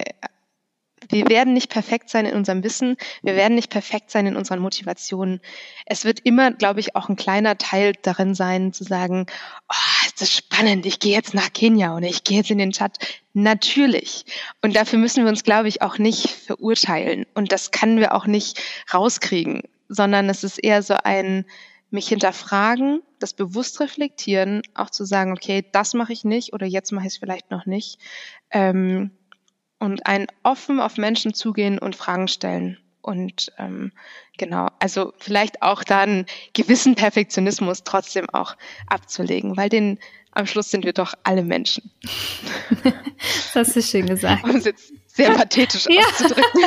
wir werden nicht perfekt sein in unserem Wissen, wir werden nicht perfekt sein in unseren Motivationen. Es wird immer, glaube ich, auch ein kleiner Teil darin sein, zu sagen, oh, ist das spannend, ich gehe jetzt nach Kenia oder ich gehe jetzt in den Tschad. Natürlich. Und dafür müssen wir uns, glaube ich, auch nicht verurteilen. Und das können wir auch nicht rauskriegen, sondern es ist eher so ein mich hinterfragen, das bewusst reflektieren, auch zu sagen, okay, das mache ich nicht oder jetzt mache ich es vielleicht noch nicht. Ähm, und ein offen auf Menschen zugehen und Fragen stellen. Und ähm, genau, also vielleicht auch da einen gewissen Perfektionismus trotzdem auch abzulegen, weil den am Schluss sind wir doch alle Menschen. Das hast du schön gesagt. Um es jetzt sehr pathetisch ja. auszudrücken.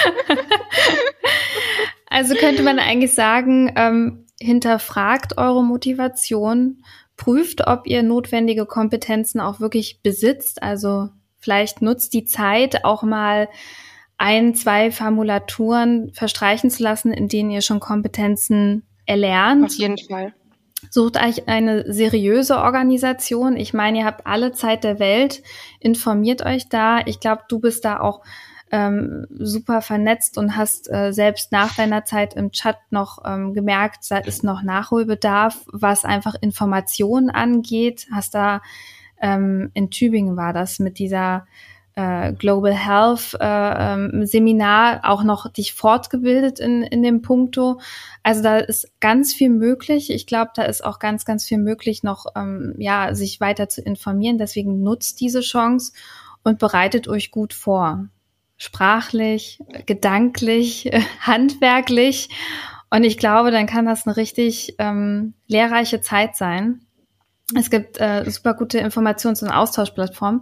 Also könnte man eigentlich sagen, ähm, hinterfragt eure Motivation, prüft, ob ihr notwendige Kompetenzen auch wirklich besitzt. Also vielleicht nutzt die Zeit, auch mal ein, zwei Formulaturen verstreichen zu lassen, in denen ihr schon Kompetenzen erlernt. Auf jeden Fall. Sucht euch eine seriöse Organisation. Ich meine, ihr habt alle Zeit der Welt. Informiert euch da. Ich glaube, du bist da auch ähm, super vernetzt und hast äh, selbst nach deiner Zeit im Chat noch ähm, gemerkt, da ist noch Nachholbedarf, was einfach Informationen angeht. Hast da ähm, in Tübingen war das mit dieser äh, Global Health äh, ähm, Seminar auch noch dich fortgebildet in in dem Punkto. Also da ist ganz viel möglich. Ich glaube, da ist auch ganz, ganz viel möglich, noch ähm, ja sich weiter zu informieren. Deswegen nutzt diese Chance und bereitet euch gut vor. Sprachlich, gedanklich, handwerklich. Und ich glaube, dann kann das eine richtig ähm, lehrreiche Zeit sein. Es gibt äh, super gute Informations- und Austauschplattformen.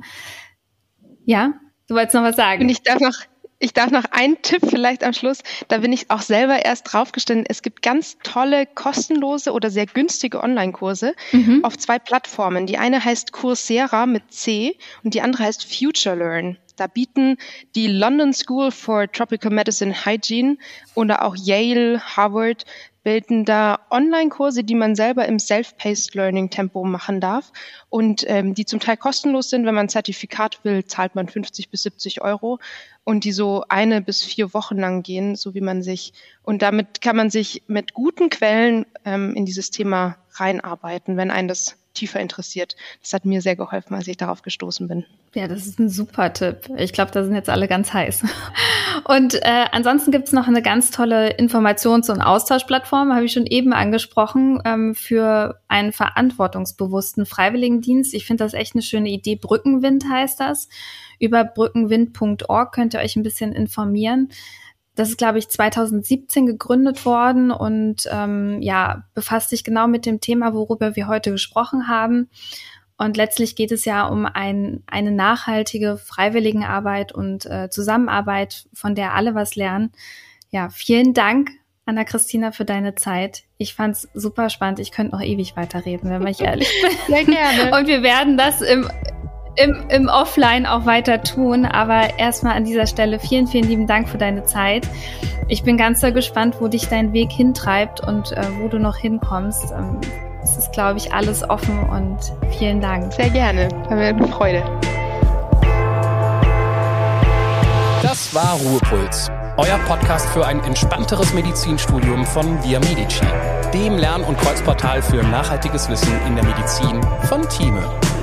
Ja, du wolltest noch was sagen. Und ich darf noch, ich darf noch einen Tipp vielleicht am Schluss. Da bin ich auch selber erst draufgestanden. Es gibt ganz tolle, kostenlose oder sehr günstige Online-Kurse mhm. auf zwei Plattformen. Die eine heißt Coursera mit C und die andere heißt Future Learn. Da bieten die London School for Tropical Medicine Hygiene oder auch Yale, Harvard bilden da Online-Kurse, die man selber im Self-Paced Learning-Tempo machen darf und ähm, die zum Teil kostenlos sind. Wenn man ein Zertifikat will, zahlt man fünfzig bis siebzig Euro und die so eine bis vier Wochen lang gehen, so wie man sich, und damit kann man sich mit guten Quellen ähm, in dieses Thema reinarbeiten, wenn einen das tiefer interessiert. Das hat mir sehr geholfen, als ich darauf gestoßen bin. Ja, das ist ein super Tipp. Ich glaube, da sind jetzt alle ganz heiß. Und äh, ansonsten gibt's noch eine ganz tolle Informations- und Austauschplattform, habe ich schon eben angesprochen, ähm, für einen verantwortungsbewussten Freiwilligendienst. Ich finde das echt eine schöne Idee. Brückenwind heißt das. Über brückenwind punkt org könnt ihr euch ein bisschen informieren. Das ist, glaube ich, zweitausendsiebzehn gegründet worden und ähm, ja, befasst sich genau mit dem Thema, worüber wir heute gesprochen haben. Und letztlich geht es ja um ein, eine nachhaltige Freiwilligenarbeit und äh, Zusammenarbeit, von der alle was lernen. Ja, vielen Dank, Anna-Christina, für deine Zeit. Ich fand's super spannend. Ich könnte noch ewig weiterreden, wenn ich ehrlich bin. Sehr gerne. Und wir werden das im, im, im Offline auch weiter tun. Aber erstmal an dieser Stelle vielen, vielen lieben Dank für deine Zeit. Ich bin ganz sehr gespannt, wo dich dein Weg hintreibt und äh, wo du noch hinkommst. Ähm, Es ist, glaube ich, alles offen und vielen Dank. Sehr gerne, war mir eine Freude. Das war Ruhepuls, euer Podcast für ein entspannteres Medizinstudium von Via Medici, dem Lern- und Kreuzportal für nachhaltiges Wissen in der Medizin von Thieme.